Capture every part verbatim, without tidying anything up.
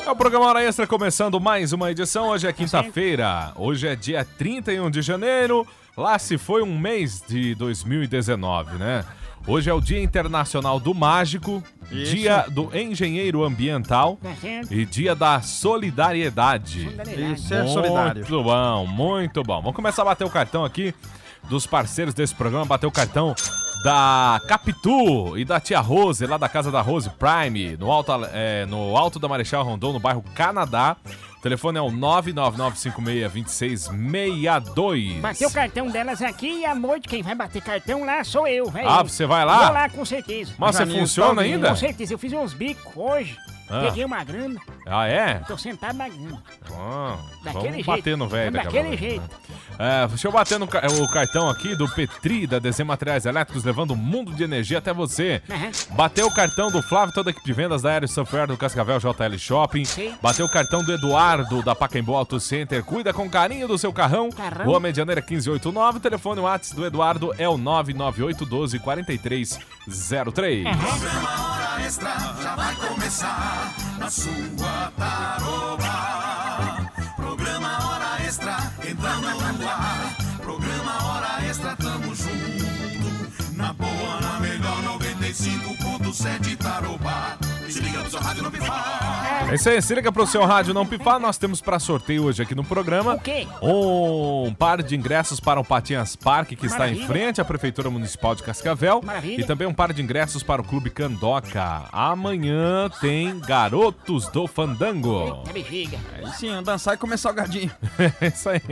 É o programa Hora Extra começando mais uma edição. Hoje é quinta-feira, hoje é dia trinta e um de janeiro. Lá se foi um mês de dois mil e dezenove, né? Hoje é o Dia Internacional do Mágico, Isso. Dia do Engenheiro Ambiental e Dia da Solidariedade. Isso é solidário. Muito bom, muito bom. Vamos começar a bater o cartão aqui dos parceiros desse programa, bater o cartão da Capitu e da tia Rose, lá da casa da Rose Prime, no alto, é, no alto da Marechal Rondon, no bairro Canadá. O telefone é o nove nove nove cinco seis dois seis seis dois. Bateu o cartão delas aqui e à noite quem vai bater cartão lá sou eu. Véio. Ah, você vai lá? Vou lá, com certeza. Mas você funciona ainda? Com certeza, eu fiz uns bicos hoje. Ah. Peguei uma grana. Ah, é? Tô sentado na grana. Ah, daquele vamos jeito. bater no velho. Daquele jeito. É, deixa eu bater no o cartão aqui do Petri, da D Z Materiais Elétricos, levando o mundo de energia até você. Uhum. Bateu o cartão do Flávio, toda a equipe de vendas da Aero Software do Cascavel J L Shopping. Sim. Bateu o cartão do Eduardo, da Pacaembu Auto Center. Cuida com carinho do seu carrão. Carrão. Rua Medianeira quinze oitenta e nove. O telefone WhatsApp do Eduardo é o nove nove oito um dois quatro três zero três. Uhum. Programa Hora Extra já vai começar na sua taroba. Programa Hora Extra entrando no ar. Programa Hora Extra, tamo junto. Na boa, na melhor, noventa e cinco ponto sete Tarobá. Se liga pro seu rádio não pifar. É isso aí, se liga pro seu rádio não pifar. Nós temos pra sorteio hoje aqui no programa o quê? Um par de ingressos para o Patinhas Parque, que Maravilha. Está em frente à Prefeitura Municipal de Cascavel. Maravilha. E também um par de ingressos para o Clube Candoca. Amanhã tem Garotos do Fandango. Eita, bexiga. Aí sim, dançar e comer salgadinho. É isso aí.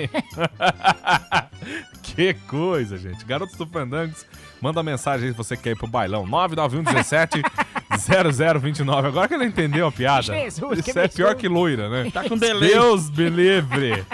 Que coisa, gente. Garotos do Fandango. Manda mensagem aí se você quer ir pro bailão. nove nove um um sete zero zero dois nove. Agora que ela entendeu a piada. Jesus, Isso que é pior que loira, né? Tá com delay. Deus me livre.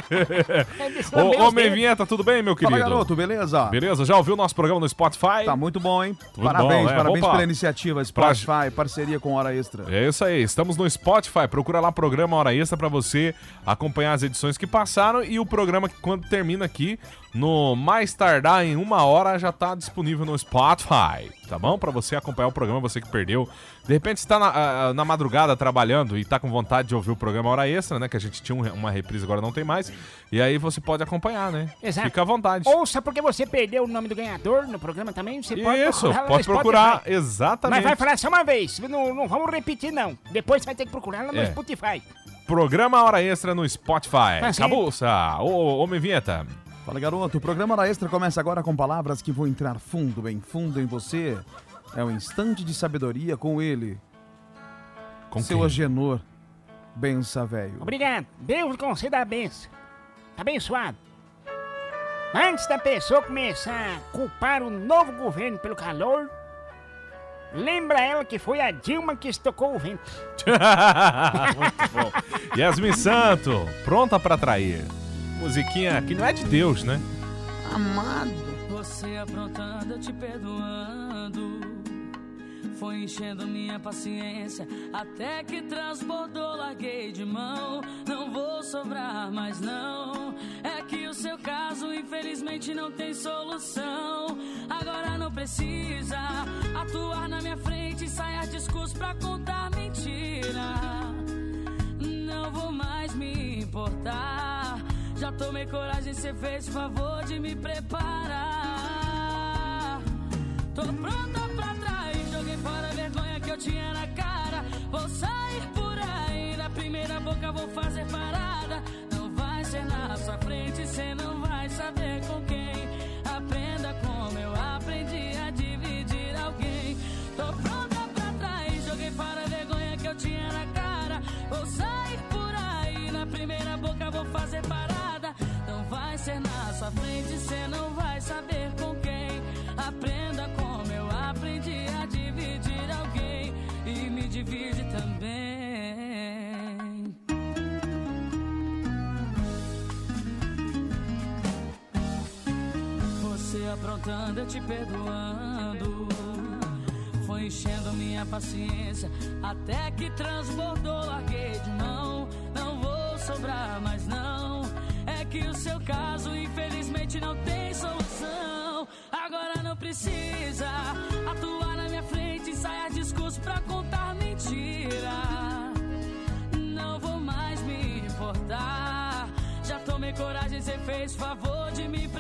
Ô, Homem Vinheta, tudo bem, meu querido? Fala, garoto, beleza? Beleza, já ouviu o nosso programa no Spotify? Tá muito bom, hein? Tudo parabéns, bom, é? parabéns Opa. pela iniciativa Spotify, parceria com Hora Extra. É isso aí, estamos no Spotify, procura lá programa Hora Extra pra você acompanhar as edições que passaram e o programa que quando termina aqui, no mais tardar em uma hora, já tá disponível no Spotify, tá bom? Pra você acompanhar o programa, você que perdeu. De repente você tá na, na madrugada trabalhando e tá com vontade de ouvir o programa Hora Extra, né? Que a gente tinha uma reprise, agora não tem mais. E aí você pode acompanhar, né? Exato. Fica à vontade. Ouça porque você perdeu o nome do ganhador no programa também, você pode Isso, procurar pode procurar, Spotify. exatamente. Mas vai falar só uma vez, não, não vamos repetir não. Depois você vai ter que procurar lá no É. Spotify. Programa Hora Extra no Spotify. Mas Cabuça, ô Homem Vinheta. Fala, garoto, o programa Hora Extra começa agora com palavras que vão entrar fundo, bem fundo em você. É um instante de sabedoria com ele. Com Seu quem? Agenor, bença velho. Obrigado, Deus conceda a benção. Tá abençoado. Antes da pessoa começar a culpar o novo governo pelo calor, lembra ela que foi a Dilma que estocou o vento. Muito bom. Yasmin Santo, pronta pra trair. Musiquinha que não é de Deus, né? Amado. Você aprontando, eu te perdoando. Foi enchendo minha paciência até que transbordou, larguei de mão. Não vou sobrar mais não. É que o seu caso infelizmente não tem solução. Agora não precisa atuar na minha frente, ensaiar discurso pra contar mentira. Não vou mais me importar. Já tomei coragem, cê fez o favor de me preparar. Tô pronta pra trair, joguei fora a vergonha que eu tinha na cara. Vou sair por aí, na primeira boca vou fazer parada. Não vai ser na sua frente, cê não vai saber com quem. Aprenda como eu aprendi a dividir alguém. Tô pronta pra trair, joguei fora a vergonha que eu tinha na cara. Vou sair por aí, na primeira boca vou fazer parada. Não vai ser na sua frente, cê não vai saber com quem. Aprenda como eu aprendi a dividir alguém. E me divide também. Você aprontando, eu te perdoando. Foi enchendo minha paciência até que transbordou, larguei de mão. Não vou sobrar mais não. É que o seu caso infelizmente não tem solução. Agora não precisa atuar na minha frente, ensaiar discurso pra contar mentira. Não vou fez favor de me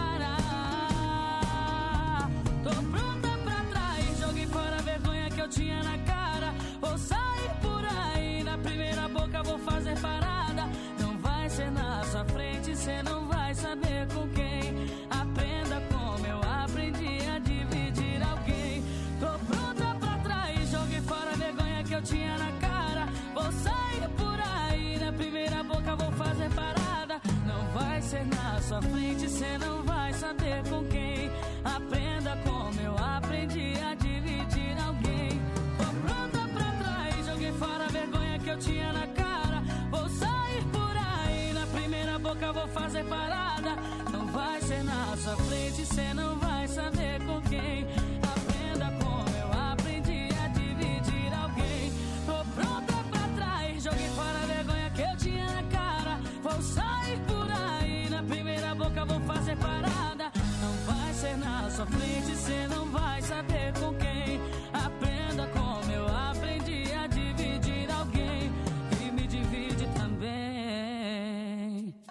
preparar. Tô pronta pra trás, joguei fora a vergonha que eu tinha na cara. Vou sair por aí, na primeira boca vou fazer parada. Não vai ser na sua frente, cê não vai saber com quem. Aprenda como eu aprendi a dividir alguém. Tô pronta pra trás, joguei fora a vergonha que eu tinha na cara. Vou sair por aí, na primeira boca vou fazer parada. Não vai ser na sua frente, cê não vai saber com quem. Aprenda como eu aprendi a dividir alguém. Tô pronta pra trás, joguei fora a vergonha que eu tinha na cara. Vou sair por aí, na primeira boca vou fazer parada. Não vai ser na sua frente, cê não vai saber com quem. Aprenda como eu aprendi a dividir alguém. Tô pronta pra trás, joguei fora a vergonha que eu tinha na cara. Vou sair por aí, na primeira boca vou fazer parada. Não vai ser na sua frente, cê não vai saber com quem. Aprenda como eu aprendi a dividir alguém. E me divide também.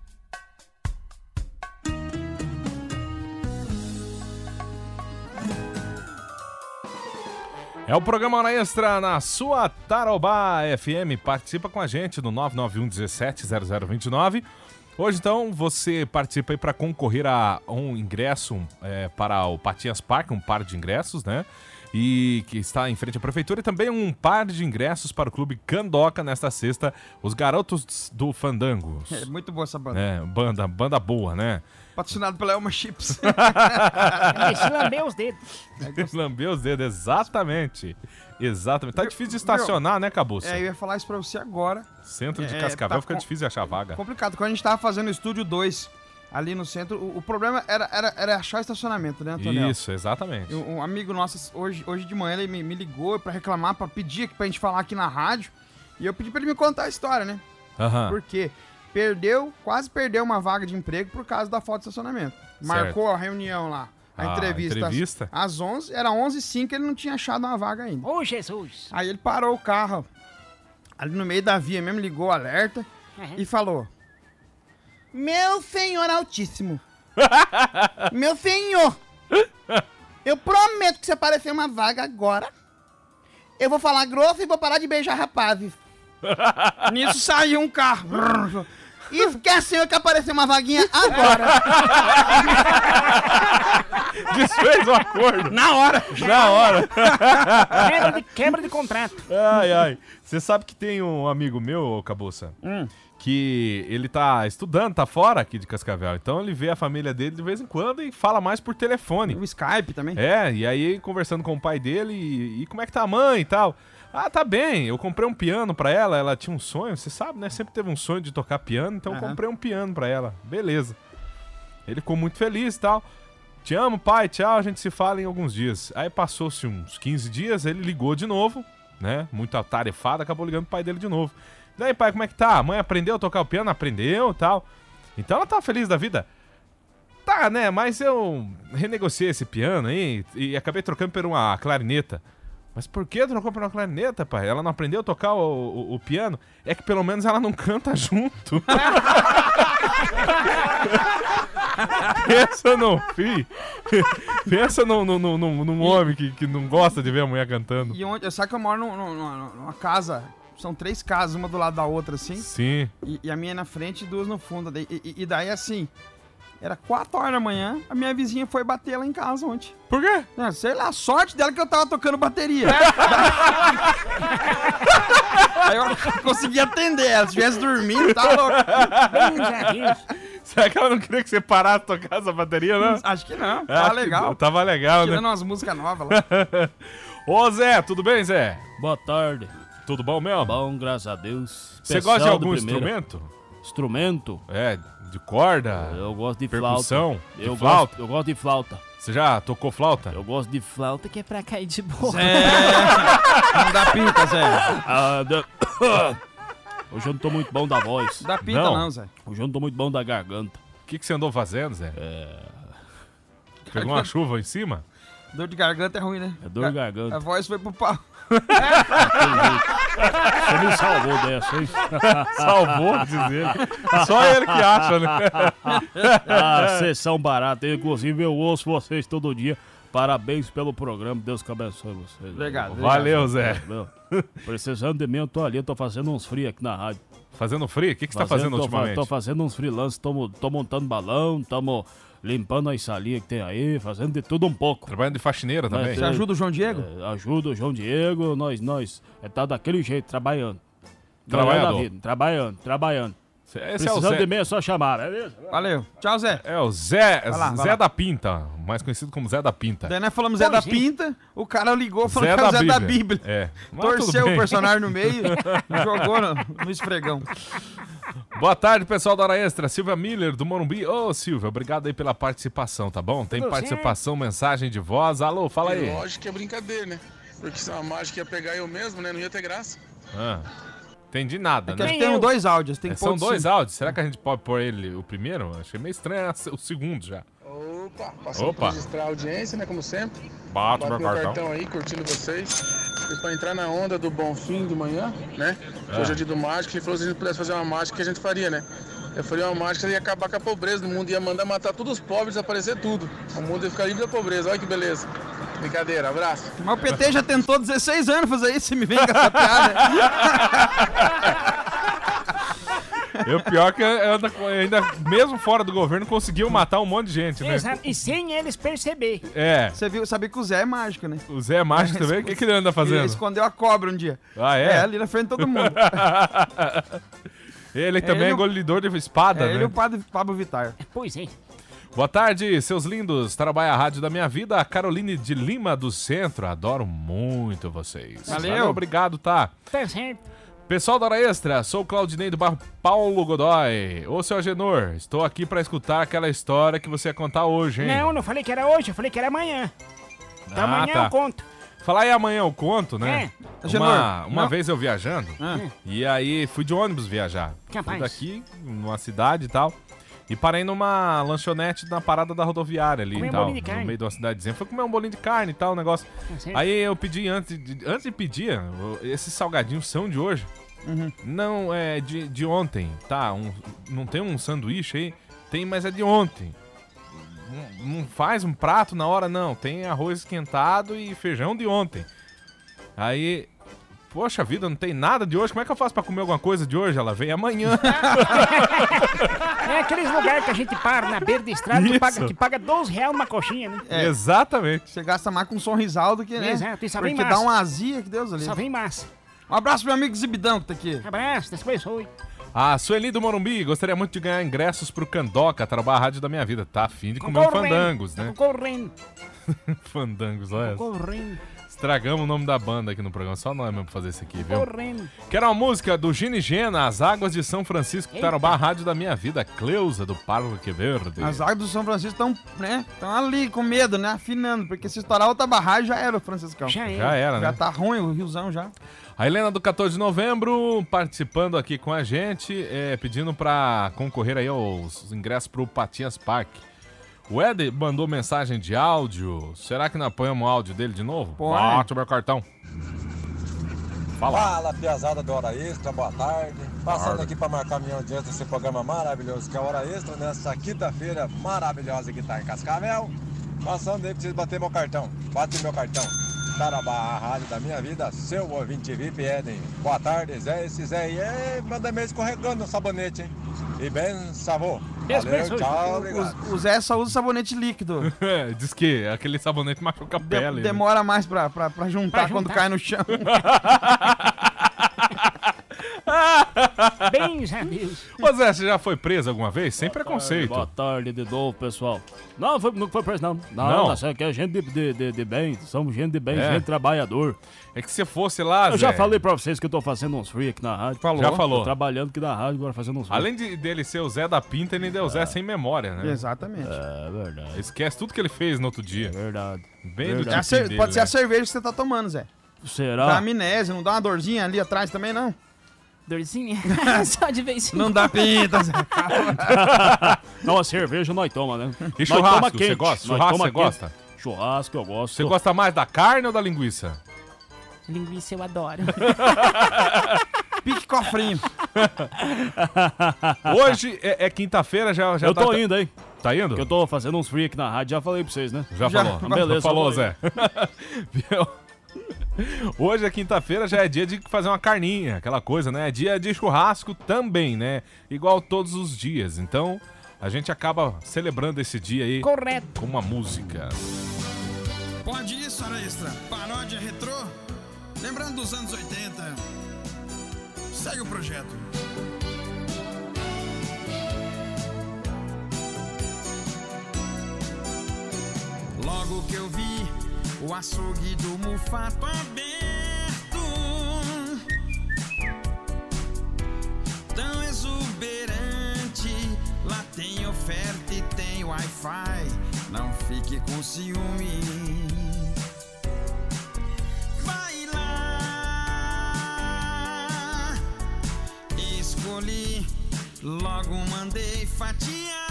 É o programa Hora Extra na sua Tarobá F M. Participa com a gente no nove nove um um sete zero zero dois nove. Hoje, então, você participa aí para concorrer a um ingresso é, para o Patinhas Park, um par de ingressos, né? E que está em frente à prefeitura, e também um par de ingressos para o Clube Candoca nesta sexta, os Garotos do Fandango. É muito boa essa banda. É, banda, banda boa, né? Patrocinado pela Elma Chips. Deixa eu lamber os dedos. Lambeu os dedos, exatamente. Exatamente. Tá difícil de estacionar, né, Cabuça? É, eu ia falar isso pra você agora. Centro de É, Cascavel tá fica com- difícil de achar vaga. Complicado. Quando a gente tava fazendo o Estúdio dois ali no centro, o, o problema era, era, era achar estacionamento, né, Antônio? Isso, exatamente. Um, um amigo nosso, hoje, hoje de manhã, ele me, me ligou pra reclamar, pra pedir pra gente falar aqui na rádio. E eu pedi pra ele me contar a história, né? Aham. Por quê? Perdeu, quase perdeu uma vaga de emprego por causa da falta de estacionamento. Marcou a reunião lá, a Ah, entrevista, entrevista? Às, às onze, era onze e cinco, ele não tinha achado uma vaga ainda. Ô, Jesus. Aí ele parou o carro ali no meio da via mesmo, ligou o alerta Uhum. e falou: Meu senhor altíssimo, meu senhor, eu prometo que se aparecer uma vaga agora, eu vou falar grosso e vou parar de beijar rapazes. Nisso saiu um carro. Esquece, senhor, que apareceu uma vaguinha agora. Desfez o acordo. Na hora. Na hora. Quebra de, quebra de contrato. Ai, ai. Você sabe que tem um amigo meu, ô Cabuça, Hum. que ele tá estudando, tá fora aqui de Cascavel. Então ele vê a família dele de vez em quando e fala mais por telefone. O Skype também. É, e aí conversando com o pai dele, e, e como é que tá a mãe e tal. Ah, tá bem, eu comprei um piano pra ela, ela tinha um sonho, você sabe, né? Sempre teve um sonho de tocar piano, então eu Aham. comprei um piano pra ela. Beleza. Ele ficou muito feliz e tal. Te amo, pai, tchau, a gente se fala em alguns dias. Aí passou-se uns quinze dias, ele ligou de novo, né? Muito atarefado, acabou ligando pro pai dele de novo. Daí, pai, como é que tá? A mãe aprendeu a tocar o piano? Aprendeu e tal. Então ela tá feliz da vida. Tá, né? Mas eu renegociei esse piano aí e acabei trocando por uma clarineta. Mas por que trocou por uma clarineta, pai? Ela não aprendeu a tocar o, o, o piano? É que pelo menos ela não canta junto. Pensa no filho. Pensa num, num, num, num homem que, que não gosta de ver a mulher cantando. E onde, sabe que eu moro num- num- numa, numa casa, são três casas, uma do lado da outra, assim, Sim. e, e a minha na frente e duas no fundo. Daí- E, e- e daí, assim, era quatro horas da manhã, a minha vizinha foi bater lá em casa ontem. Por quê? É, sei lá, a sorte dela que eu tava tocando bateria. Aí eu consegui atender ela, se estivesse dormindo, tá louco. Bem já disso. Será que ela não queria que você parasse de tocar essa bateria, não? Acho que não, Ah, tava que legal. bom, Tava legal, Tirando né? umas músicas novas lá. Ô, Zé, tudo bem, Zé? Boa tarde. Tudo bom mesmo? Bom, graças a Deus. Você Pessoal gosta de do algum primeiro. instrumento? Instrumento? É, de corda? Eu gosto de Percussão? flauta. De Eu flauta? gosto, eu gosto de flauta. Você já tocou flauta? Eu gosto de flauta que é pra cair de boa. Não dá pinta, Zé. Ah, da- Hoje eu não tô muito bom da voz. Não dá pinta Não. não, Zé. Hoje eu não tô muito bom da garganta. O que, que você andou fazendo, Zé? É. Pegou uma chuva em cima? Dor de garganta é ruim, né? É dor de garganta. A voz foi pro pau. Daquele jeito. Você me salvou dessa, hein? Salvou, diz ele. Só ele que acha, né? Ah, vocês são baratos. Inclusive, eu ouço vocês todo dia. Parabéns pelo programa. Deus que abençoe vocês. Obrigado. Valeu, Zé. Meu, precisando de mim, eu tô ali. Eu tô fazendo uns free aqui na rádio. Fazendo free? O que, que você tá fazendo tô, ultimamente? Tô fazendo uns freelances. Tô, tô montando balão. Tamo limpando as salinhas que tem aí. Fazendo de tudo um pouco. Trabalhando de faxineira também? Mas, Você ajuda o João Diego? É, ajuda o João Diego. Nós, nós. É tá daquele jeito, trabalhando. Trabalhador. Ganhando a vida, Trabalhando, trabalhando. Esse é o Precisando Zé. de mim é só chamar, beleza? Valeu. Tchau, Zé. É o Zé, Vai lá, vai Zé lá. da Pinta, mais conhecido como Zé da Pinta. Daí nós falamos Zé Pois da é. Pinta, o cara ligou falando Zé que era o da Zé da Bíblia. Bíblia. É. Mas tudo Torceu bem. o personagem no meio e jogou no, no esfregão. Boa tarde, pessoal da Hora Extra. Silvia Miller, do Morumbi. Ô, Silvia, obrigado aí pela participação, tá bom? Tem Tudo participação, mensagem de voz. Alô, fala aí. Lógico que é brincadeira, né? Porque se a mágica ia pegar eu mesmo, né? Não ia ter graça. Ah, entendi nada, É que né? acho que Nem tem eu. dois áudios. Tem É, que são pôr dois sim. áudios. Será que a gente pode pôr ele o primeiro? Achei meio estranho o segundo já. Opa, passando Opa. pra registrar a audiência, né? Como sempre. Bate Bate meu meu cartão. cartão aí, curtindo vocês. E pra entrar na onda do Bonfim de manhã, né? É. Hoje é dia do mágico. Ele falou que se a gente pudesse fazer uma mágica, que a gente faria, né? Eu falei, uma mágica ia acabar com a pobreza no mundo, ia mandar matar todos os pobres, desaparecer tudo. O mundo ia ficar livre da pobreza. Olha que beleza. Brincadeira, abraço. Mas o P T já tentou dezesseis anos fazer isso e me vem com essa piada. E o pior que ainda, ainda, mesmo fora do governo, conseguiu matar um monte de gente, né? Exato. E sem eles perceber. É. Você viu, sabia que o Zé é mágico, né? O Zé é mágico também? O que, que ele anda Ele fazendo? escondeu a cobra um dia. Ah, É, é? ali na frente de todo mundo. Ele também é, ele o- engolidor de espada, É né? ele e o padre Pablo Vittar. Pois é. Boa tarde, seus lindos. Trabalha a rádio da minha vida, a Caroline de Lima do Centro. Adoro muito vocês. Valeu. Obrigado, tá? Tá certo. Pessoal da Hora Extra, sou o Claudinei do bairro Paulo Godoy. Ô, seu Agenor, estou aqui pra escutar aquela história que você ia contar hoje, hein? Não, não falei que era hoje, eu falei que era amanhã. Então Ah, amanhã tá. eu conto. Falar aí amanhã eu conto, né? É. Agenor, Uma, uma não? vez eu viajando, Ah. e aí fui de ônibus viajar. Capaz. Fui daqui, numa cidade e tal. E parei numa lanchonete na parada da rodoviária ali Comer e um tal. bolinho de carne. No meio de uma cidadezinha. Fui comer um bolinho de carne e tal, o negócio. Tá certo. Aí eu pedi antes de, antes de pedir, esses salgadinhos são de hoje. Uhum. Não, é de, de ontem, tá? Um, não tem um sanduíche aí? Tem, mas é de ontem. Não, não faz um prato na hora, não. Tem arroz esquentado e feijão de ontem. Aí, poxa vida, não tem nada de hoje. Como é que eu faço pra comer alguma coisa de hoje? Ela vem amanhã. É aqueles lugares que a gente para na beira da estrada Isso. que paga, que paga doze reais uma coxinha, né? É. Exatamente. Você gasta mais com um sorrisal do que, né? Exato, e só vem Porque massa. dá uma azia, que Deus ali. Só vem massa. Um abraço pro meu amigo Zibidão que tá aqui. Abraço, das pessoas. A Sueli do Morumbi gostaria muito de ganhar ingressos pro Candoca, trabalhar a rádio da minha vida. Tá afim de comer um fandangos, né? Concorrendo. Fandangos, olha. Concorrendo. Estragamos o nome da banda aqui no programa. Só nós mesmo pra fazer isso aqui, viu? Concorrendo. Quero uma música do Gini Gena, As Águas de São Francisco, Eita. Tarobá, Rádio da Minha Vida, Cleusa, do Parque Verde. As águas do São Francisco estão, né? Estão ali com medo, né? Afinando. Porque se estourar outra barragem já era o Franciscão. Já é. Já era, Já né? tá ruim o riozão já. A Helena do quatorze de novembro, participando aqui com a gente, é, pedindo pra concorrer aí aos ingressos pro Patinhas Park. O Ed mandou mensagem de áudio. Será que não apanhamos o áudio dele de novo? Põe. Bate o meu cartão. Fala. Fala, piazada da Hora Extra, boa tarde. Passando Tarde. aqui para marcar minha audiência desse programa maravilhoso que é a Hora Extra, nessa quinta-feira maravilhosa que tá em Cascavel. Passando aí, preciso bater meu cartão. Bate meu cartão. Tarabá, a rádio da minha vida, seu ouvinte V I P Eden. Boa tarde, Zé, esse Zé aí, é, manda meio escorregando no sabonete, hein? E bem, savô. Deus Valeu, abençoe. tchau, obrigado. O, o Zé só usa sabonete líquido. Diz que aquele sabonete machuca a De- pele. né? demora mais pra, pra, pra juntar Pra quando juntar. cai no chão. Bens a Deus. Ô Zé, você já foi preso alguma vez? Sem preconceito. Boa tarde de novo, pessoal. Não, foi, não foi preso, não. Não, Não? nós aqui é gente de, de, de, de bem. Somos gente de bem, É. gente trabalhador. É que se fosse lá, Eu Zé, já falei pra vocês que eu tô fazendo uns free aqui na rádio. Falou. Já falou. Tô trabalhando aqui na rádio, agora fazendo uns free. Além de, dele ser o Zé da Pinta, ele ainda é o Zé sem memória, né? Exatamente. É verdade, Esquece tudo que ele fez no outro dia. é verdade. Bem do É a tipo cer- dele, pode ser né? a cerveja que você tá tomando, Zé. Será? Dá amnésia, não dá uma dorzinha ali atrás também, não? Dorzinha? Só de vez em Não dá pinta, Zé. Não, a cerveja nós toma, né? E Nós churrasco, toma você quente. gosta? Nós Churrasco toma você quente. gosta? Churrasco eu gosto. Você gosta mais da carne ou da linguiça? Linguiça eu adoro. Pique cofrinho. Hoje é, é quinta-feira, já, já Eu tá... tô indo, hein? Tá indo? Porque eu tô fazendo uns free aqui na rádio, já falei pra vocês, né? Já, Já. falou. Beleza, Falou, eu vou Zé. Viu? Hoje é quinta-feira, já é dia de fazer uma carninha, aquela coisa, né? É dia de churrasco também, né? Igual todos os dias. Então, a gente acaba celebrando esse dia aí Correto. com uma música. Pode isso, hora extra. Paródia retrô. Lembrando dos anos oitenta. Segue o projeto. Logo que eu vi o açougue do Mufato aberto, tão exuberante, lá tem oferta e tem Wi-Fi, não fique com ciúme. Vai lá, escolhi, logo mandei fatiar.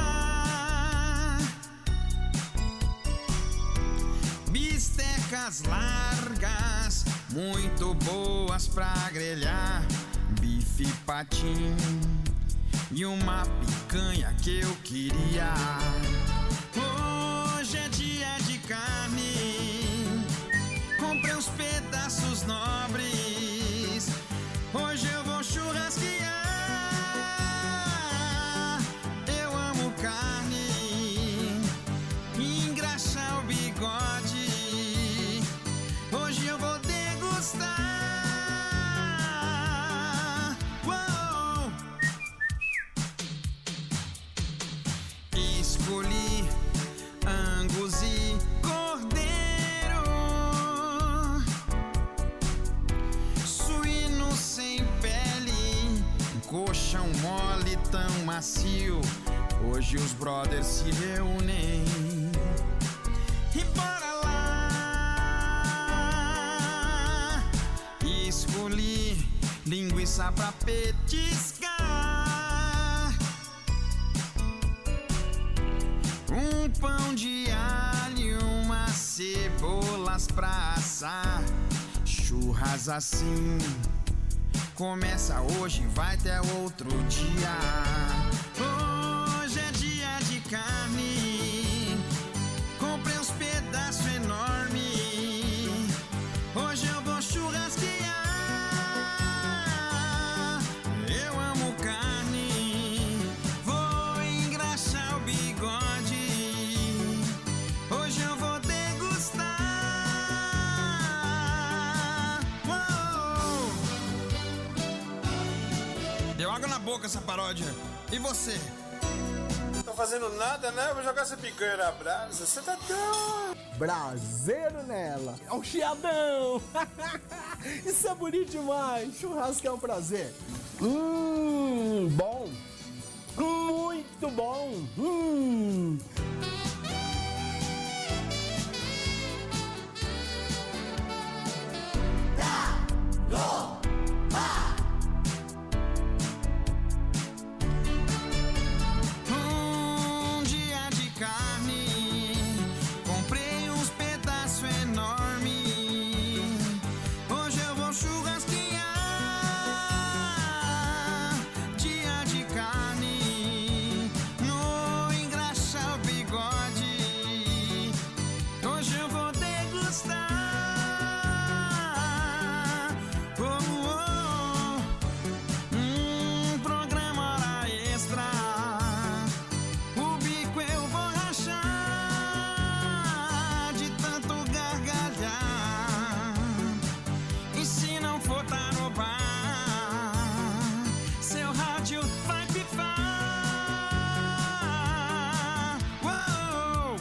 Bistecas largas, muito boas pra grelhar. Bife patim e uma picanha que eu queria. Hoje é dia de carne, comprei uns pedaços nobres. Hoje eu vou churrasquear. Eu amo carne, engraxar o bigode. Hoje eu vou degustar. Uou! Escolhi angus e cordeiro, suíno sem pele, colchão mole tão macio. Hoje os brothers se reúnem e bora lá. Escolhi linguiça pra petiscar, um pão de alho, umas cebolas pra assar. Churras assim, começa hoje, vai até outro dia. Hoje é dia de carne, comprei uns pedaços enormes. Hoje eu vou churrasquear. Eu amo carne, vou engraxar o bigode. Hoje eu vou degustar. Uou! Deu água na boca essa paródia. E você? Tô fazendo nada, né? Vou jogar essa picanha na brasa. Você tá doido. Braseiro nela. É um chiadão. Isso é bonito demais. Churrasco é um prazer. Hum, bom. Muito bom. Hum. Um dia de carne, comprei uns pedaços enormes. Hoje eu vou churrasquear. Dia de carne, no engraxar o bigode. Hoje eu vou degustar. Oh, oh. Um programa hora extra. O bico eu vou rachar de tanto gargalhar. E se não for tarobá, seu rádio vai pifar. Uou!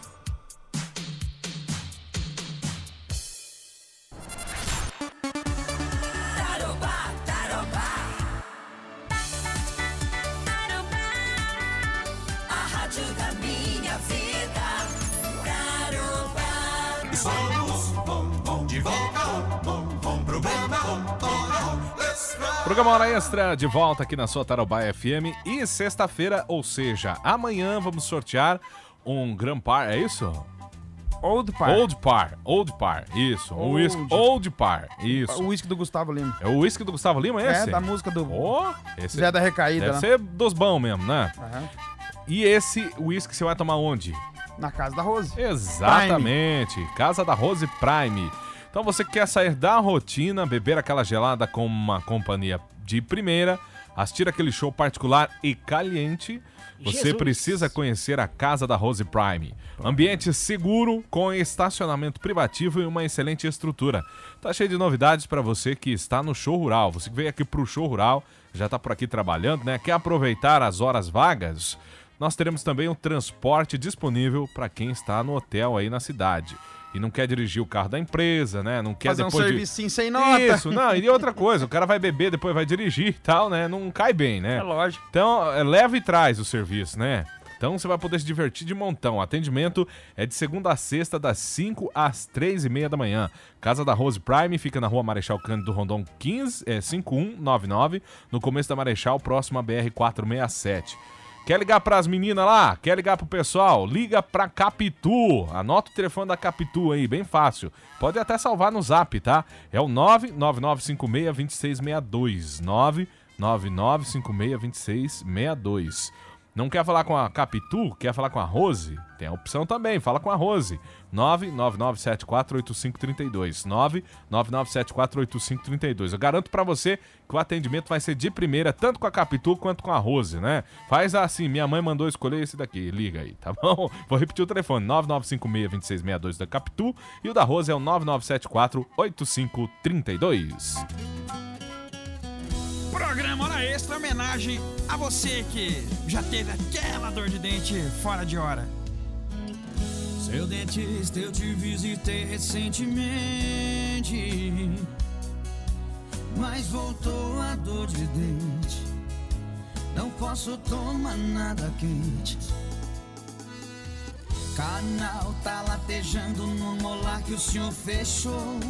Programa Hora Extra de volta aqui na sua Tarobá F M. E sexta-feira, ou seja, amanhã vamos sortear um Grand Par, é isso? Old Par. Old Par, Old Par, isso. Um Old. whisky Old Par, isso. O uísque do Gustavo Lima. É o whisky do Gustavo Lima esse? É, da música do Ó, esse Zé da Recaída. deve Lá. ser dos bons mesmo, né? Aham. E esse whisky você vai tomar onde? Na casa da Rose. Exatamente, Casa da Rose Prime. Então você quer sair da rotina, beber aquela gelada com uma companhia de primeira, assistir aquele show particular e caliente, você Jesus. precisa conhecer a Casa da Rose Prime. Ambiente seguro, com estacionamento privativo e uma excelente estrutura. Tá cheio de novidades para você que está no show rural. Você que veio aqui pro show rural, já tá por aqui trabalhando, né? Quer aproveitar as horas vagas? Nós teremos também um transporte disponível para quem está no hotel aí na cidade. E não quer dirigir o carro da empresa, né? Não quer Fazer um depois de... servicinho sem nota. Isso, não, e outra coisa, o cara vai beber, depois vai dirigir e tal, né? Não cai bem, né? É lógico. Então, é, leva e traz o serviço, né? Então você vai poder se divertir de montão. O atendimento é de segunda a sexta, das cinco às três e meia da manhã. Casa da Rose Prime fica na rua Marechal Cândido Rondon quinze, é, cinco um nove nove, no começo da Marechal, próximo à B R quatrocentos e sessenta e sete. Quer ligar pras meninas lá? Quer ligar pro pessoal? Liga pra Capitu. Anota o telefone da Capitu aí, bem fácil. Pode até salvar no zap, tá? É o nove nove nove cinco seis, dois seis seis dois. nove nove nove cinco seis, dois seis seis dois. Não quer falar com a Capitu? Quer falar com a Rose? Tem a opção também, fala com a Rose. nove nove nove sete quatro oito cinco três dois. nove nove nove sete quatro oito cinco três dois. Eu garanto pra você que o atendimento vai ser de primeira, tanto com a Capitu quanto com a Rose, né? Faz assim, minha mãe mandou escolher esse daqui, liga aí, tá bom? Vou repetir o telefone, nove nove cinco seis, dois seis seis dois da Capitu e o da Rose é o nove nove sete quatro oito cinco três dois. Programa Hora Extra, homenagem a você que já teve aquela dor de dente fora de hora. Seu dentista, eu te visitei recentemente, mas voltou a dor de dente. Não posso tomar nada quente. Canal tá latejando no molar que o senhor fechou.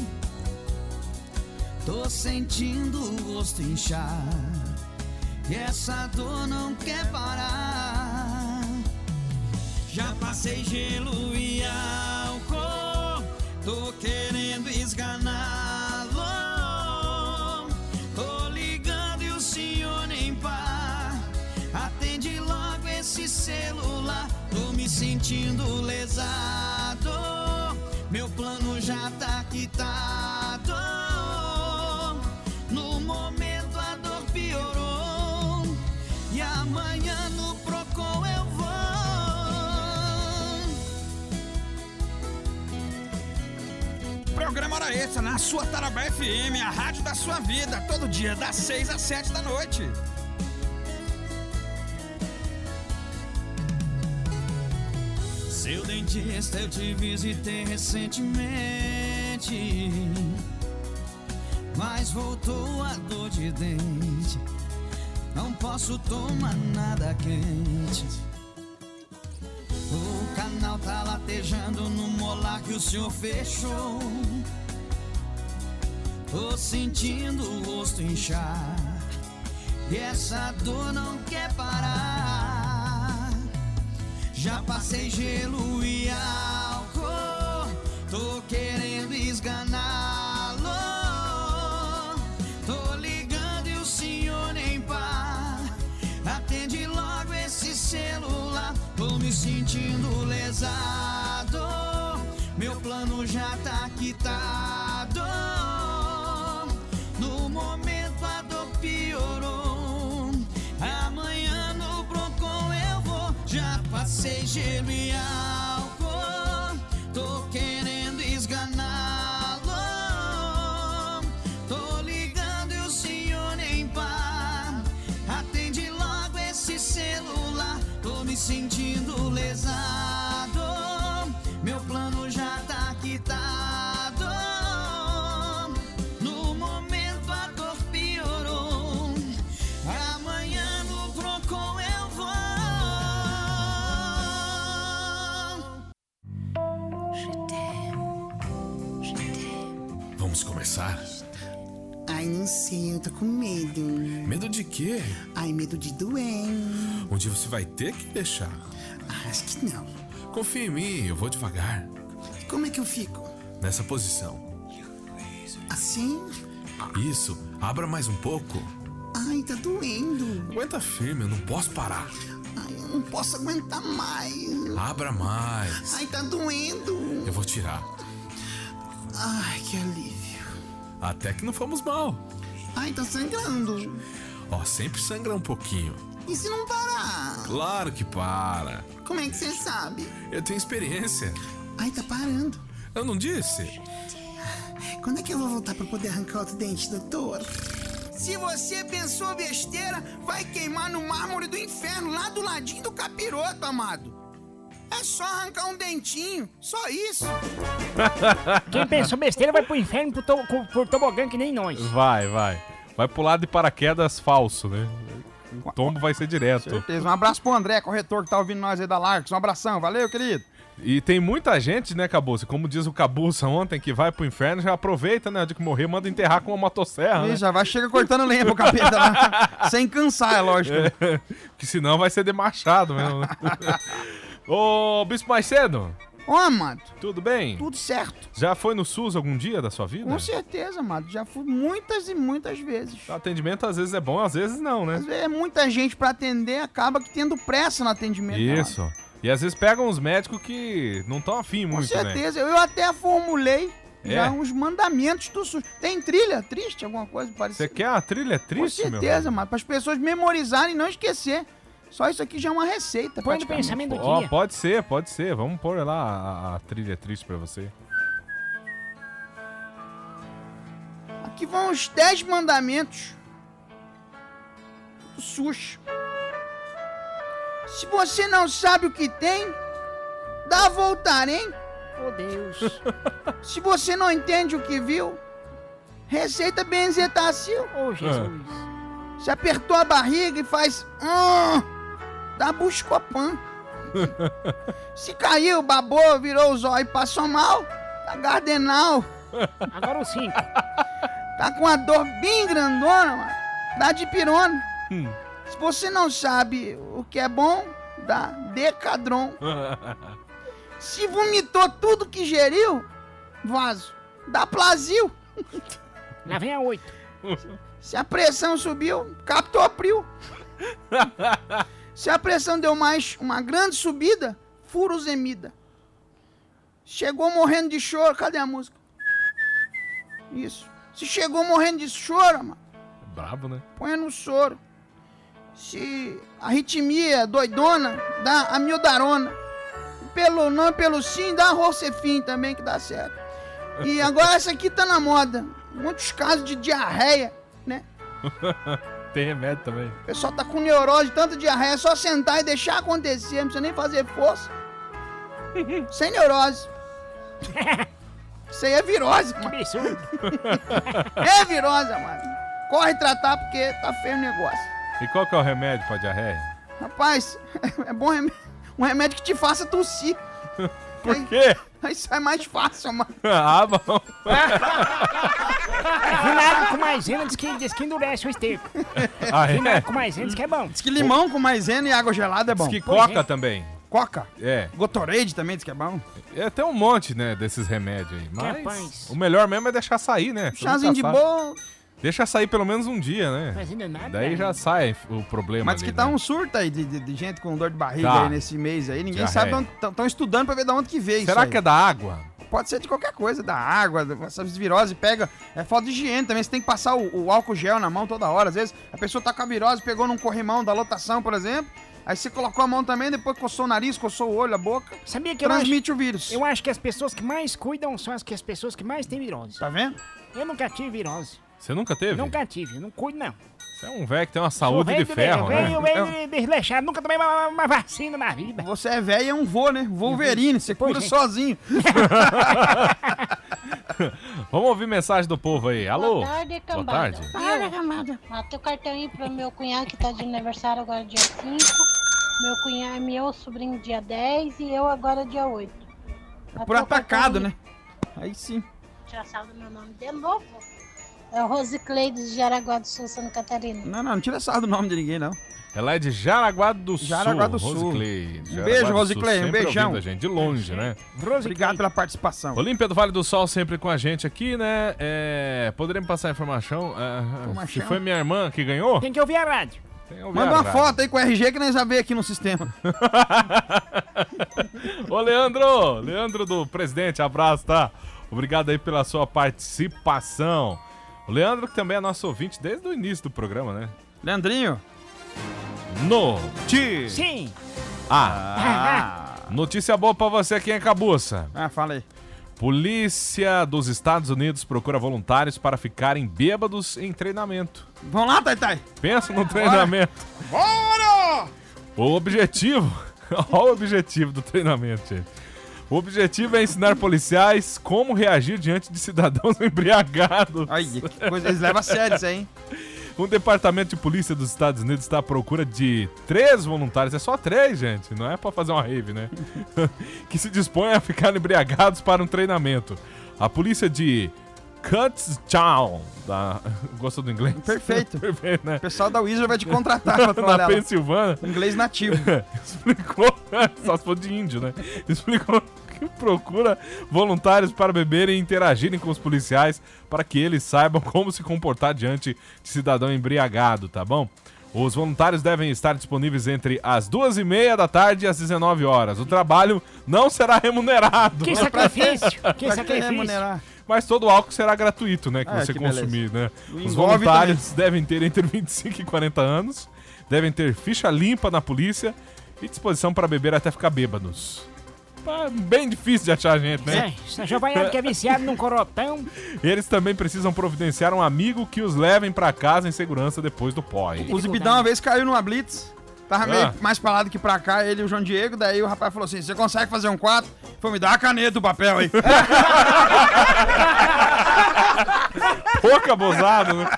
Tô sentindo o rosto inchar e essa dor não quer parar. Já passei gelo e álcool, tô querendo esganá-lo. Tô ligando e o senhor nem pá. Atende logo esse celular. Tô me sentindo lesado, meu plano já tá quitado. No momento a dor piorou e amanhã no Procon eu vou. Programa Hora Extra na sua Tarobá F M, a rádio da sua vida, todo dia das seis às sete da noite. Seu dentista, eu te visitei recentemente, mas voltou a dor de dente. Não posso tomar nada quente. O canal tá latejando no molar que o senhor fechou. Tô sentindo o rosto inchar e essa dor não quer parar. Já passei gelo e álcool, tô querendo esganá-lo. Tô ligando e o senhor nem pá. Atende logo esse celular. Tô me sentindo lesado, meu plano já tá quitado. No momento a dor piorou, amanhã no Procon eu vou. Já passei gelo e álcool, tô querendo esganá-lo. Tô ligando e o senhor nem pá. Atende logo esse celular. Tô me sentindo lesado, meu plano já tá quitado. No momento a dor piorou, amanhã no Procon eu vou. Vamos começar? Ai, não sei, eu tô com medo. Medo de quê? Ai, medo de doer. Um dia você vai ter que deixar. Ah, acho que não. Confia em mim, eu vou devagar. Como é que eu fico? Nessa posição. Assim? Isso, abra mais um pouco. Ai, tá doendo. Aguenta firme, eu não posso parar. Ai, eu não posso aguentar mais. Abra mais. Ai, tá doendo. Eu vou tirar. Ai, que alívio. Até que não fomos mal. Ai, tá sangrando. Ó, sempre sangra um pouquinho. E se não parar? Claro que para. Como é que você sabe? Eu tenho experiência. Ai, tá parando. Eu não disse? Quando é que eu vou voltar pra poder arrancar outro dente, doutor? Se você pensou besteira, vai queimar no mármore do inferno, lá do ladinho do capiroto, amado. É só arrancar um dentinho, só isso. Quem pensou besteira vai pro inferno por, to por tobogã que nem nós. Vai, vai. Vai pular de paraquedas falso, né? O tombo vai ser direto. Certeza. Um abraço pro André, corretor que tá ouvindo nós aí da Larks. Um abração, valeu, querido. E tem muita gente, né, Cabuça? Como diz o Cabuça ontem, que vai pro inferno, já aproveita, né? De que morrer, manda enterrar com uma motosserra, E né? já vai, chega cortando lenha pro capeta lá. Sem cansar, é lógico. né? É, que senão vai ser de machado mesmo. né? Ô, Bispo Macedo, Ô, amado, tudo bem? tudo certo. Já foi no SUS algum dia da sua vida? Com certeza, amado. Já fui muitas e muitas vezes. O atendimento às vezes é bom, às vezes não, né? Às vezes é muita gente pra atender, acaba que tendo pressa no atendimento. amado. Isso. E às vezes pegam uns médicos que não estão afim Com muito, né? certeza. Eu até formulei É? já uns mandamentos do SUS. Tem trilha triste, alguma coisa Você parecida? quer a trilha triste, Com meu? certeza, mano. Para as pessoas memorizarem e não esquecer. Só isso aqui já é uma receita. Põe no praticamente. pensamento do Ó, dia. pode ser, pode ser. Vamos pôr lá a, a trilha triste pra você. Aqui vão os dez mandamentos do SUS. Se você não sabe o que tem, dá a voltar, hein? Oh, Deus. Se você não entende o que viu, receita benzetacil. Oh, Jesus. Se apertou a barriga e faz... Hum, dá Buscopan. Se caiu, babou, virou os olhos e passou mal, dá Gardenal. Agora o cinco. Tá com a dor bem grandona, mano, dá Dipirona. Se você não sabe o que é bom, dá Decadron. Se vomitou tudo que geriu, vaso, dá Plasil. Lá vem a oito. Se a pressão subiu, Captopril. Se a pressão deu mais uma grande subida, Furosemida. Chegou morrendo de choro, cadê a música? Isso. Se chegou morrendo de choro, mano, Brabo, né? põe no soro. Se a arritmia doidona, dá amiodarona. Pelo não, pelo sim, dá Rocefin também, que dá certo. E agora essa aqui tá na moda. Muitos casos de diarreia, né? Tem remédio também. O pessoal tá com neurose, tanta diarreia, é só sentar e deixar acontecer, não precisa nem fazer força. Sem neurose. Isso aí é virose, Que mano. absurdo. É virose, mano. Corre tratar porque tá feio o negócio. E qual que é o remédio pra diarreia? Rapaz, é bom remédio, um remédio que te faça tossir. Por quê? Aí sai mais fácil, mano. Ah, bom. Vinagre com maisena diz que, diz que endurece o esterco. Ah, é? Vinagre com maisena diz que é bom. Diz que limão com maisena e água gelada é bom. Diz que Pois coca é. também. Coca. É. Gatorade também diz que é bom. É, tem um monte, né, desses remédios aí. Mas Capaz. o melhor mesmo é deixar sair, né? Você Chazinho de nunca sabe. boa. Deixa sair pelo menos um dia, né? Mas ainda nada. Daí já sai o problema Mas diz ali, que tá né? um surto aí de, de- de gente com dor de barriga Tá. aí nesse mês aí. Ninguém Diarreia. sabe de onde. Estão estudando pra ver de onde que veio Será isso que é aí. da água? Pode ser de qualquer coisa, da água, da- essas viroses pega. É falta de higiene também. Você tem que passar o, o álcool gel na mão toda hora. Às vezes a pessoa tá com a virose, pegou num corrimão da lotação, por exemplo. Aí você colocou a mão também, depois coçou o nariz, coçou o olho, a boca. Sabia que eu acho, Transmite o vírus. eu acho que as pessoas que mais cuidam são as, que as pessoas que mais têm virose. Tá vendo? Eu nunca tive virose. Você nunca teve? Nunca tive. Eu não cuido, não. Você é um velho que tem uma saúde Sou de velho, ferro, velho, né? velho, velho, desleixado. Nunca tomei uma, uma vacina na vida. Você é velho e é um vô, né? Wolverine, você Pois cura é. sozinho. Vamos ouvir mensagem do povo aí. Alô? Boa tarde, Boa cambada. tarde. Olha, cambada. Ah, teu cartão aí pro meu cunhado que tá de aniversário agora dia cinco. Meu cunhado, meu sobrinho dia dez e eu agora dia oito. Ah, Por teu atacado, cartão né? Aí sim. aí, Tira sarro do meu nome de novo. É o Rosicleides de Jaraguá do Sul, Santa Catarina. Não, não, não tira sarro do nome de ninguém, não. Ela é de Jaraguá do Sul. Jaraguá do Sul. Rosiclei. Um beijo, Rosiclei, um beijão. Ouvindo a gente, de longe, né? Obrigado pela participação. Olímpia do Vale do Sol sempre com a gente aqui, né? É, poderíamos passar a informação? É, Informação? se foi minha irmã que ganhou? Tem que ouvir a rádio. Tem que ouvir Manda a uma rádio. foto aí com o R G que nós já vê aqui no sistema. Ô, Leandro! Leandro do Presidente, abraço, tá? Obrigado aí pela sua participação. O Leandro que também é nosso ouvinte desde o início do programa, né? Leandrinho. Notícia. Sim. Ah. Notícia boa pra você aqui em Cabuça. Ah, fala aí. Polícia dos Estados Unidos procura voluntários para ficarem bêbados em treinamento. Vamos lá, Taitai. Pensa no treinamento. Bora! O objetivo... Olha o objetivo do treinamento, gente. O objetivo é ensinar policiais como reagir diante de cidadãos embriagados. Ai, que coisa, eles levam a sério isso aí, hein? Um departamento de polícia dos Estados Unidos está à procura de três voluntários, é só três, gente, não é pra fazer uma rave, né? que se dispõem a ficar embriagados para um treinamento. A polícia de Kutztown, da... gostou do inglês? Perfeito. Perfeito, né? O pessoal da Wizard vai te contratar pra trabalhar Na lá. Pensilvânia. Inglês nativo. Explicou, só se for de índio, né? Explicou que procura voluntários para beberem e interagirem com os policiais para que eles saibam como se comportar diante de cidadão embriagado, tá bom? Os voluntários devem estar disponíveis entre as duas e meia da tarde e as dezenove horas. O trabalho não será remunerado. Que sacrifício! Que Pra sacrifício! remunerar? Mas todo o álcool será gratuito, né? Que Ah, você que consumir, né? Os Envolve voluntários devem ter entre vinte e cinco e quarenta anos, devem ter ficha limpa na polícia e disposição para beber até ficar bêbados. Ah, bem difícil de achar gente, né? É, essa jovaiada que é viciado num corotão. Eles também precisam providenciar um amigo que os levem pra casa em segurança depois do porre. O Zibidão uma vez caiu numa blitz. Tava meio Ah. mais pra lá do que pra cá, ele e o João Diego. Daí o rapaz falou assim: você consegue fazer um quatro? Foi, me dá a caneta, o papel aí. Pouco abusado, né?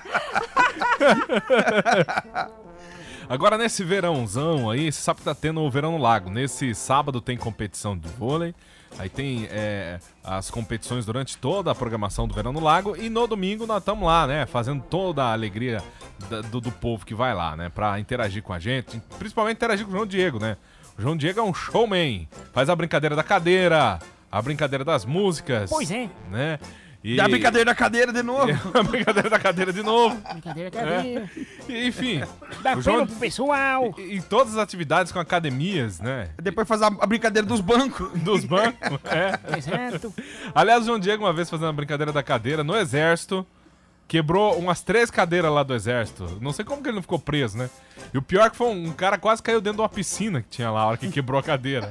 Agora, nesse verãozão aí, você sabe que tá tendo o Verão no Lago. Nesse sábado tem competição de vôlei. Aí tem é, as competições durante toda a programação do Verão no Lago. E no domingo nós estamos lá, né? Fazendo toda a alegria da- do, do povo que vai lá, né? Pra interagir com a gente. Principalmente interagir com o João Diego, né? O João Diego é um showman. Faz a brincadeira da cadeira, a brincadeira das músicas. Pois é. Né? E... E a brincadeira da cadeira de novo. a brincadeira da cadeira de novo. Brincadeira, cadeira. E, enfim. Dá o João- pena pro pessoal. E, e todas as atividades com academias, né? Depois faz a, a brincadeira dos bancos. Dos bancos, é. Exato. Aliás, o João Diego, uma vez fazendo a brincadeira da cadeira no exército, quebrou umas três cadeiras lá do exército. Não sei como que ele não ficou preso, né? E o pior é que foi um, um cara quase caiu dentro de uma piscina que tinha lá, a hora que quebrou a cadeira.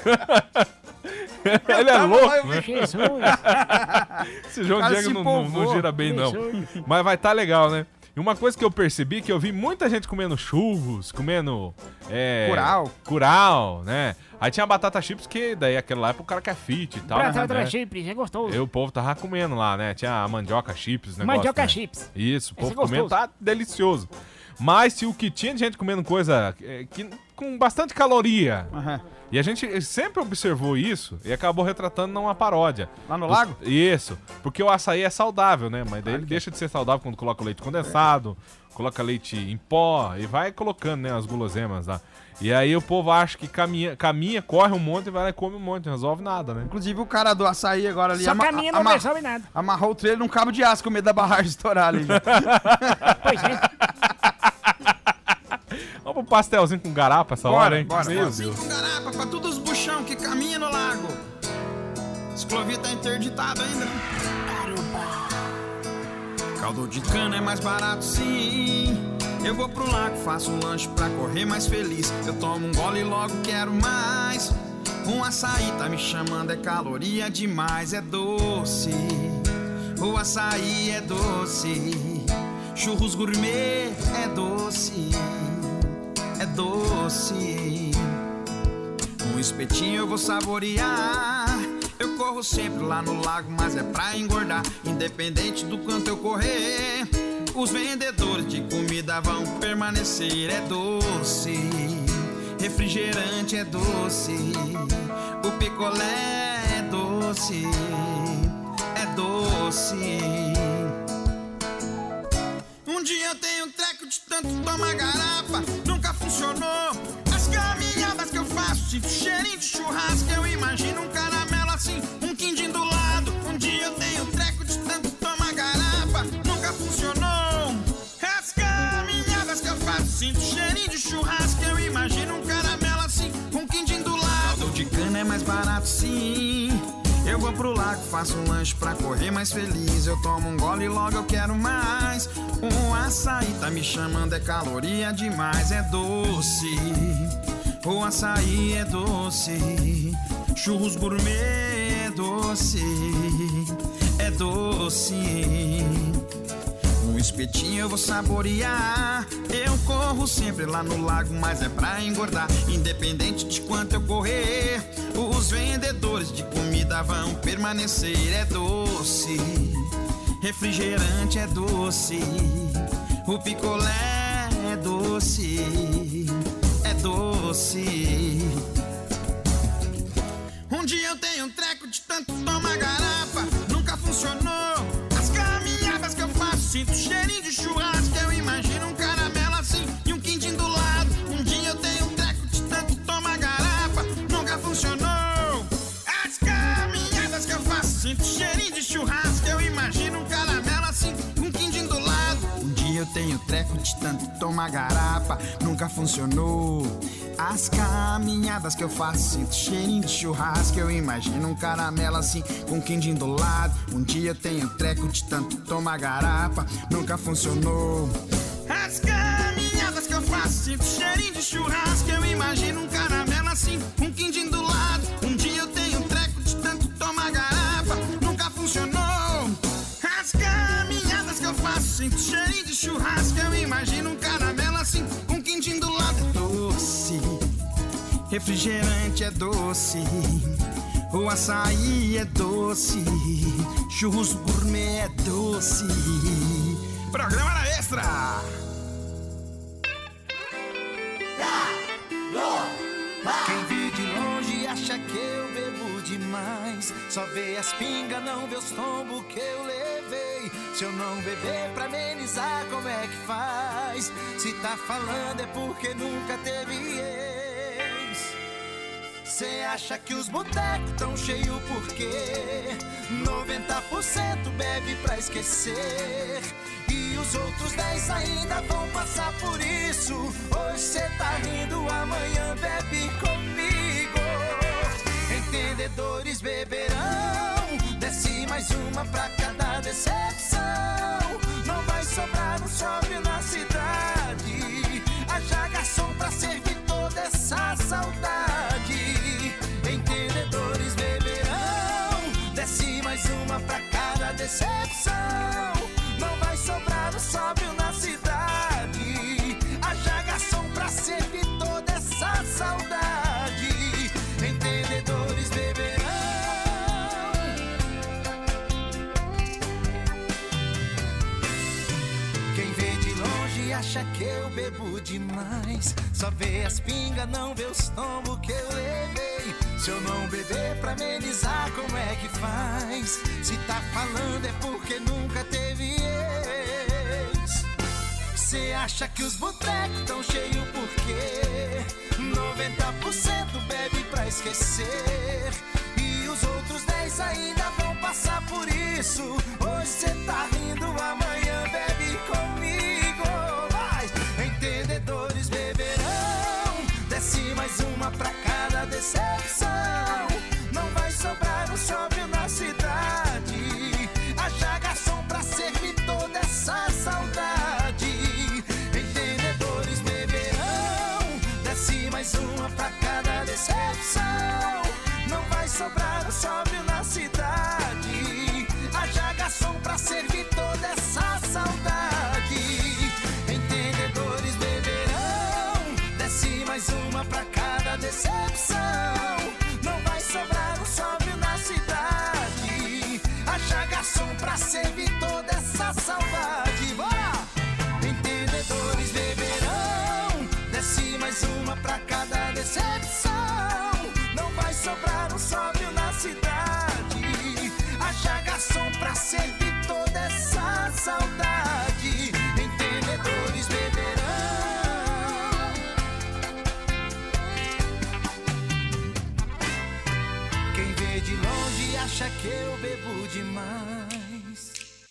Ele é louco, né? Jesus. Esse João O cara Diego se não, não, não empolgou. gira bem, não. Mas vai estar legal, né? E uma coisa que eu percebi que eu vi muita gente comendo churros, comendo... É, Curau. Curau, né? Aí tinha batata chips, que daí aquele lá é pro cara que é fit e tal. Batata né? chips, é gostoso. E o povo tava comendo lá, né? Tinha a mandioca chips, negócio, Mandioca né? chips. Isso, o Esse povo é comendo gostoso. tá delicioso. Mas se o que tinha de gente comendo coisa é, que, com bastante caloria... Aham. E a gente sempre observou isso e acabou retratando numa paródia. Lá no Do- lago? Isso. Porque o açaí é saudável, né? Mas daí ele deixa de ser saudável quando coloca o leite condensado, coloca leite em pó e vai colocando, né, as guloseimas lá. E aí o povo acha que caminha, caminha, corre um monte e vai lá e come um monte, não resolve nada, né? Inclusive o cara do açaí agora ali Só ama- caminha não ama- resolve nada. amarrou o trailer num cabo de aço com medo da barragem estourar ali. já. Pois é. Vamos pro pastelzinho com garapa essa Bora, hora, hein? bora, Meu bora. Deus. Com garapa pra todos os buchão que caminham no lago. Ciclovia tá interditado ainda, né? Caldo de cana é mais barato, sim. Eu vou pro lago, faço um lanche pra correr mais feliz. Eu tomo um gole e logo quero mais. Um açaí tá me chamando, é caloria demais, é doce. O açaí é doce. Churros gourmet é doce. É doce. Um espetinho eu vou saborear. Eu corro sempre lá no lago, mas é pra engordar. Independente do quanto eu correr, os vendedores de comida vão permanecer. É doce, refrigerante é doce, o picolé é doce, é doce. Um dia eu tenho um treco de tanto tomar garapa, nunca funcionou. As caminhadas que eu faço, sinto cheirinho de churrasco. Eu imagino um caramelo assim, um quindim do lado. Um dia eu tenho treco de tanto tomar garapa, nunca funcionou. As caminhadas que eu faço, sinto cheirinho de churrasco. Eu imagino um caramelo assim, um quindim do lado. Caldo de cana é mais barato sim. Eu vou pro lago, faço um lanche pra correr mais feliz. Eu tomo um gole e logo eu quero mais. Um açaí tá me chamando, é caloria demais. É doce, o açaí é doce. Churros gourmet é doce, é doce. Um espetinho eu vou saborear. Eu corro sempre lá no lago, mas é pra engordar. Independente de quanto eu correr, os vendedores de comida vão permanecer. É doce, refrigerante é doce. O picolé é doce, é doce. Um dia eu tenho um treco de tanto tomar garapa, nunca funcionou. As caminhadas que eu faço, sinto cheirinho de churrasco. Eu imagino um caramelo assim e um quindim do lado. Um dia eu tenho um treco de tanto tomar garapa, nunca funcionou. As caminhadas que eu faço, sinto cheirinho de churrasco. Eu imagino um caramelo assim, um quindim do lado. Um dia eu tenho treco de tanto tomar garapa, nunca funcionou. As caminhadas que eu faço, sinto cheirinho de churrasco. Eu imagino um caramelo assim, com quindim do lado. Um dia eu tenho treco de tanto tomar garapa, nunca funcionou. As caminhadas que eu faço, sinto cheirinho de churrasco. Eu imagino um caramelo assim, um quindim do lado. Um dia eu tenho treco de tanto tomar garapa, nunca funcionou. As caminhadas que eu faço, sinto cheirinho de churrasco. Eu imagino um caramelo assim, um quindim do lado. Doce, refrigerante é doce. O açaí é doce. Churros gourmet é doce. Programa Hora Extra. Quem vê de longe acha que eu bebo demais. Só vê as pingas, não vê os tombos que eu levei. Se eu não beber pra amenizar, como é que faz? Se tá falando é porque nunca teve ex. Cê acha que os botecos tão cheios porque noventa por cento bebe pra esquecer. E os outros dez ainda vão passar por isso. Hoje cê tá rindo, amanhã bebe comigo. Entendedores beberão, desce mais uma pra cada decepção. Não vai sobrar um chove na cidade. Haja garçom pra servir toda essa saudade. Entendedores beberão, desce mais uma pra cada decepção. Não vai sobrar um sóbrio na cidade. Haja garçom pra servir toda essa saudade. Entendedores beberão. Quem vê de longe acha que eu bebo demais. Só vê as pingas, não vê os tombos que eu levei. Se eu não beber pra amenizar, como é que faz? Se tá falando é porque nunca teve ex. Cê acha que os botecos tão cheios porque noventa por cento bebe pra esquecer. E os outros dez ainda vão passar por isso. Hoje cê tá rindo, amanhã bebe comigo. Mas entendedores beberão, desce mais uma pra cada decepção. Não vai sobrar um chove na cidade. Haja garçom pra servir toda essa saudade. Entendedores beberão, desce mais uma pra cada decepção. Não vai sobrar um chove na cidade. Haja garçom pra servir toda essa saudade. Entendedores beberão, desce mais uma pra cada decepção. Não vai sobrar um chove na cidade. Haja garçom pra servir toda essa saudade. Bora! Entendedores beberão, desce mais uma pra cada decepção. Não vai sobrar um chove na cidade. Haja garçom pra servir toda essa saudade. Entendedores beberão. acha que eu bebo demais.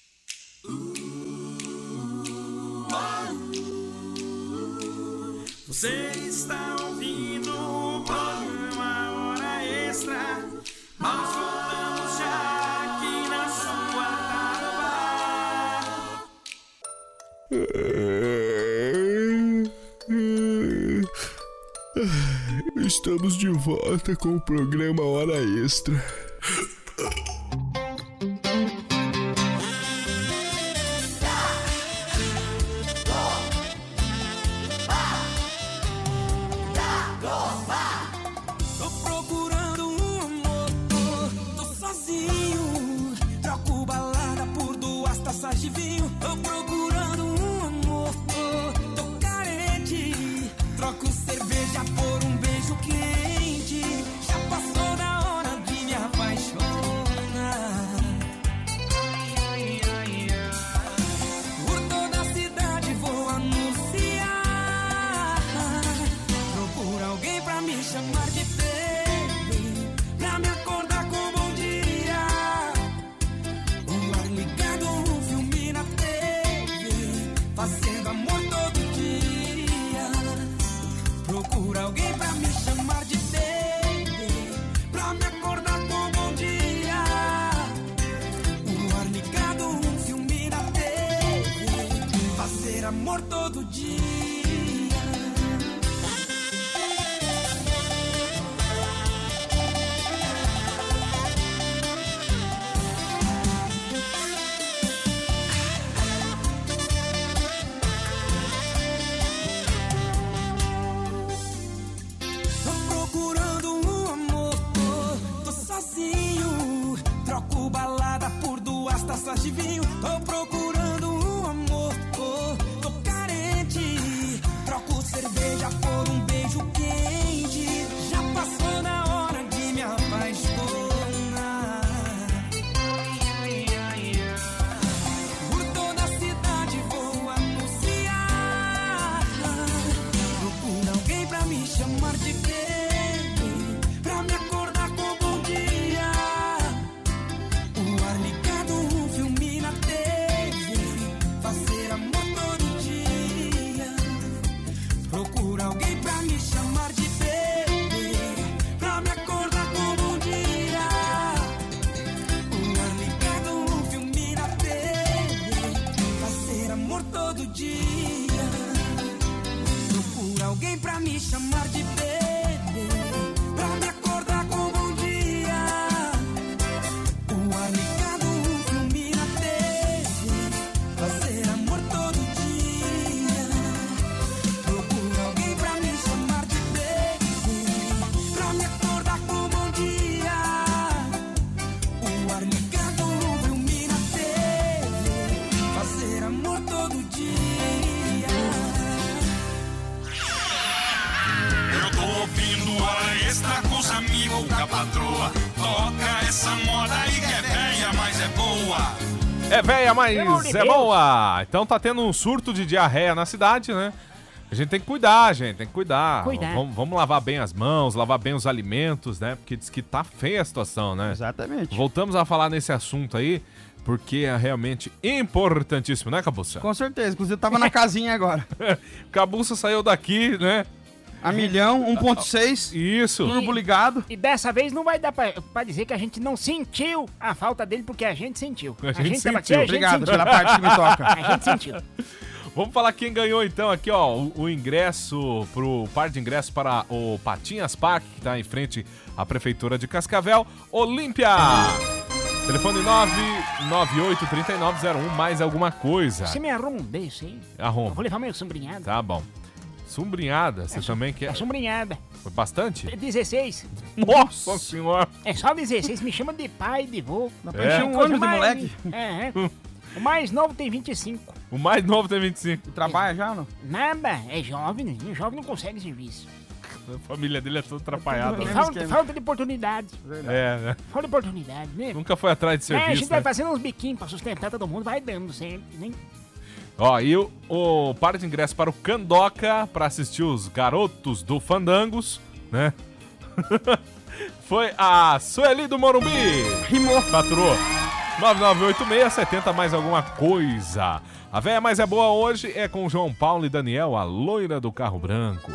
Você está ouvindo o programa Hora Extra. Nós voltamos já aqui na sua Tarobá. Estamos de volta com o programa Hora Extra. Tô procurando um amor, tô, tô sozinho. Troco balada por duas taças de vinho. Tô procurando um amor, tô, tô carente. Troco cerveja por um beijo quente. Já passou da hora de me apaixonar. Por toda a cidade vou anunciar. Procura alguém pra me chamar de baby, pra me acordar com bom dia. Um ar ligado, um filme na T V, fazendo amor todo dia. Procura alguém pra me chamar de baby, pra me acordar com bom dia. Um ar ligado, um filme na T V, fazer amor todo dia. Tô procurando um amor, tô, tô sozinho. Troco balada por duas taças de vinho. Tô procurando um amor, tô, tô carente. Troco cerveja por um beijo quente. Já passou da hora de me apaixonar. Por toda a cidade vou anunciar. Procura alguém pra me chamar de baby, pra me acordar com bom dia. O ar ligado, um filme na T V, fazer amor todo dia. Procura alguém pra me chamar de baby, pra me acordar com bom dia. O ar ligado, um filme na T V, fazer amor todo dia. Procura alguém pra me chamar de baby, pra me acordar com bom dia. O ar ligado, um filme na T V, fazer amor todo dia. Procura alguém pra me chamar de baby, pra me acordar com bom dia. O ar ligado, um filme na T V, fazer amor todo dia. Eu tô ouvindo Hora Extra com os amigos, com a patroa. Toca essa moda aí que é velha, mas é boa. É véia, mas Pelo amor de é Deus. boa. Então tá tendo um surto de diarreia na cidade, né? A gente tem que cuidar, gente, tem que cuidar. Cuidar. Vamos, vamos lavar bem as mãos, lavar bem os alimentos, né? Porque diz que tá feia a situação, né? Exatamente. Voltamos a falar nesse assunto aí, porque é realmente importantíssimo, né, Cabuça? Com certeza. Inclusive, eu tava na casinha agora. Cabuça saiu daqui, né? A milhão, um ponto seis. Isso. Turbo ligado. E dessa vez não vai dar pra, pra dizer que a gente não sentiu a falta dele, porque a gente sentiu. A gente tava aqui, sentiu. a gente Obrigado sentiu. pela parte que me toca. A gente sentiu. Vamos falar quem ganhou então aqui, ó, o, o ingresso pro par de ingressos para o Patinhas Park, que tá em frente à Prefeitura de Cascavel, Olímpia! Telefone nove nove oito, três nove zero um, mais alguma coisa. Você me arruma um desse aí? Eu Arruma. vou levar meu sombrinhado. Tá bom. Sombrinhada, você também quer? É sombrinhada. Foi bastante? É dezesseis. Nossa senhora! É só dezesseis, me chama de pai, de vô. Dá pra encher um Coisa ônibus de mais- moleque. É, é. O mais novo tem vinte e cinco. O mais novo tem vinte e cinco. Trabalha já ou não? Nada, é jovem, né? O jovem não consegue serviço. A família dele é toda atrapalhada. É né? falta, falta de oportunidade. É, né? Falta de oportunidade, né? Nunca foi atrás de É, a serviço, gente vai né? fazendo uns biquinhos pra sustentar todo mundo, vai dando sempre, né? Ó, e o, o par de ingresso para o Candoca pra assistir os garotos do Fandangos, né? Foi a Sueli do Morumbi. Rimou. Faturou. nove nove oito seis, setenta mais alguma coisa. A véia mais é boa hoje é com João Paulo e Daniel, a loira do carro branco.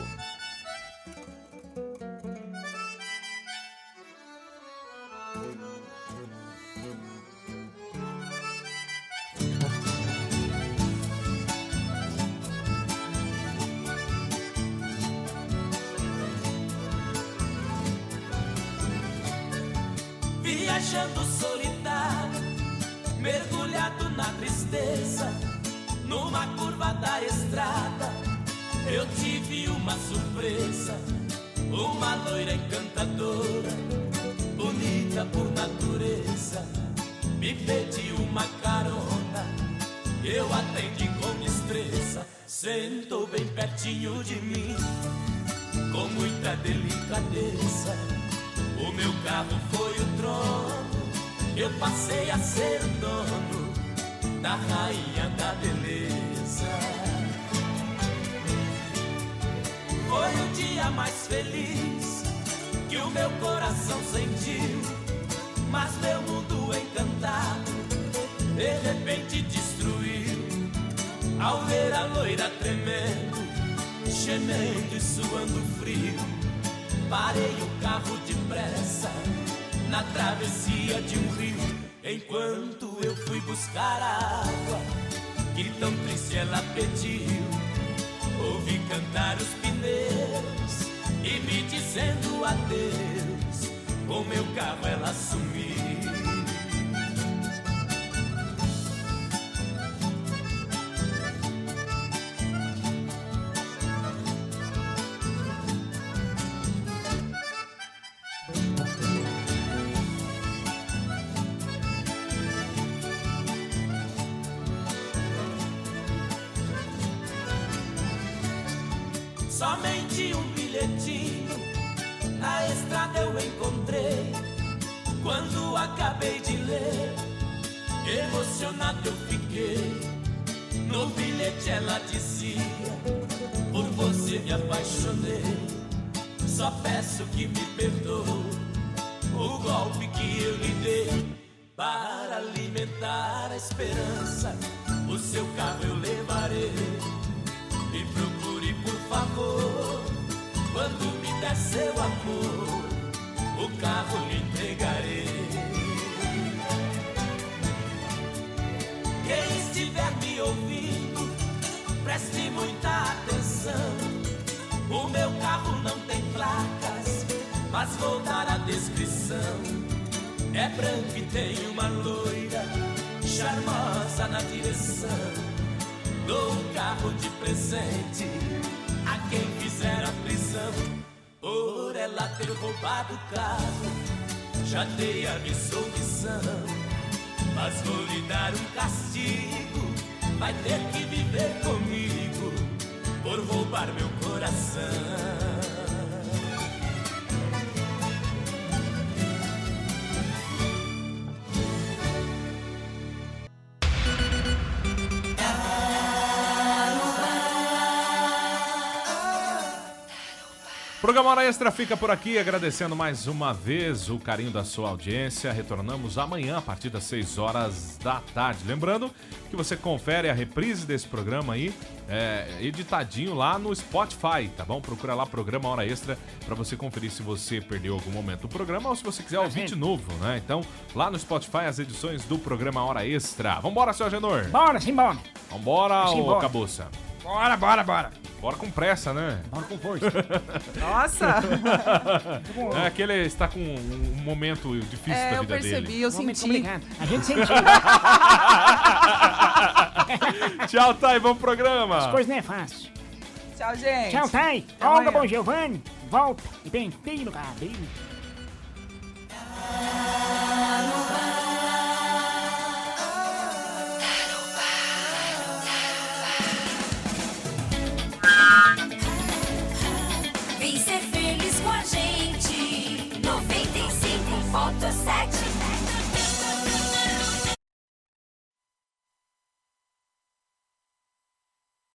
Viajando solitário, mergulhado na tristeza, numa curva da estrada, eu tive uma surpresa. Uma loira encantadora, bonita por natureza, me pediu uma carona, eu atendi com destreza. Sentou bem pertinho de mim, com muita delicadeza. O meu carro foi o trono, eu passei a ser o dono da rainha da beleza. Foi o dia mais feliz que o meu coração sentiu, mas meu mundo encantado de repente destruiu. Ao ver a loira tremendo, gemendo e suando frio, parei o carro depressa na travessia de um rio. Enquanto eu fui buscar a água que tão triste ela pediu, ouvi cantar os pneus e me dizendo adeus. Com meu carro ela sumiu. Somente um bilhetinho na estrada eu encontrei. Quando acabei de ler, emocionado eu fiquei. No bilhete ela dizia: por você me apaixonei. Só peço que me perdoe o golpe que eu lhe dei. Para alimentar a esperança, o seu carro eu levarei. Me procure por favor, quando me der seu amor, o carro lhe entregarei. Quem estiver me ouvindo, preste muita atenção. O meu carro não tem placas, mas vou dar a descrição. É branco e tem uma loira charmosa na direção. Dou um carro de presente a quem fizer a prisão. Por ela ter roubado o carro, já dei a missão. Mas vou lhe dar um castigo, vai ter que viver comigo por roubar meu coração. O programa Hora Extra fica por aqui, agradecendo mais uma vez o carinho da sua audiência. Retornamos amanhã a partir das seis horas da tarde. Lembrando que você confere a reprise desse programa aí, é, editadinho lá no Spotify, tá bom? Procura lá Programa Hora Extra para você conferir se você perdeu algum momento do programa ou se você quiser ouvir de novo, né? Então, lá no Spotify as edições do Programa Hora Extra. Vambora, seu Agenor? Bora, simbora. Vambora, Sim, ô bora. Cabuça? Bora, bora, bora. Bora com pressa, né? Bora com força. Nossa! É aquele está com um momento difícil É, da eu vida percebi, dele. eu Momento senti. complicado. A gente sentiu. Tchau, Thay, vamos pro programa. As coisas não é fácil. Tchau, gente. Tchau, Thay. Até Olga amanhã. Bom Giovanni. Volta e penteie no cabelo.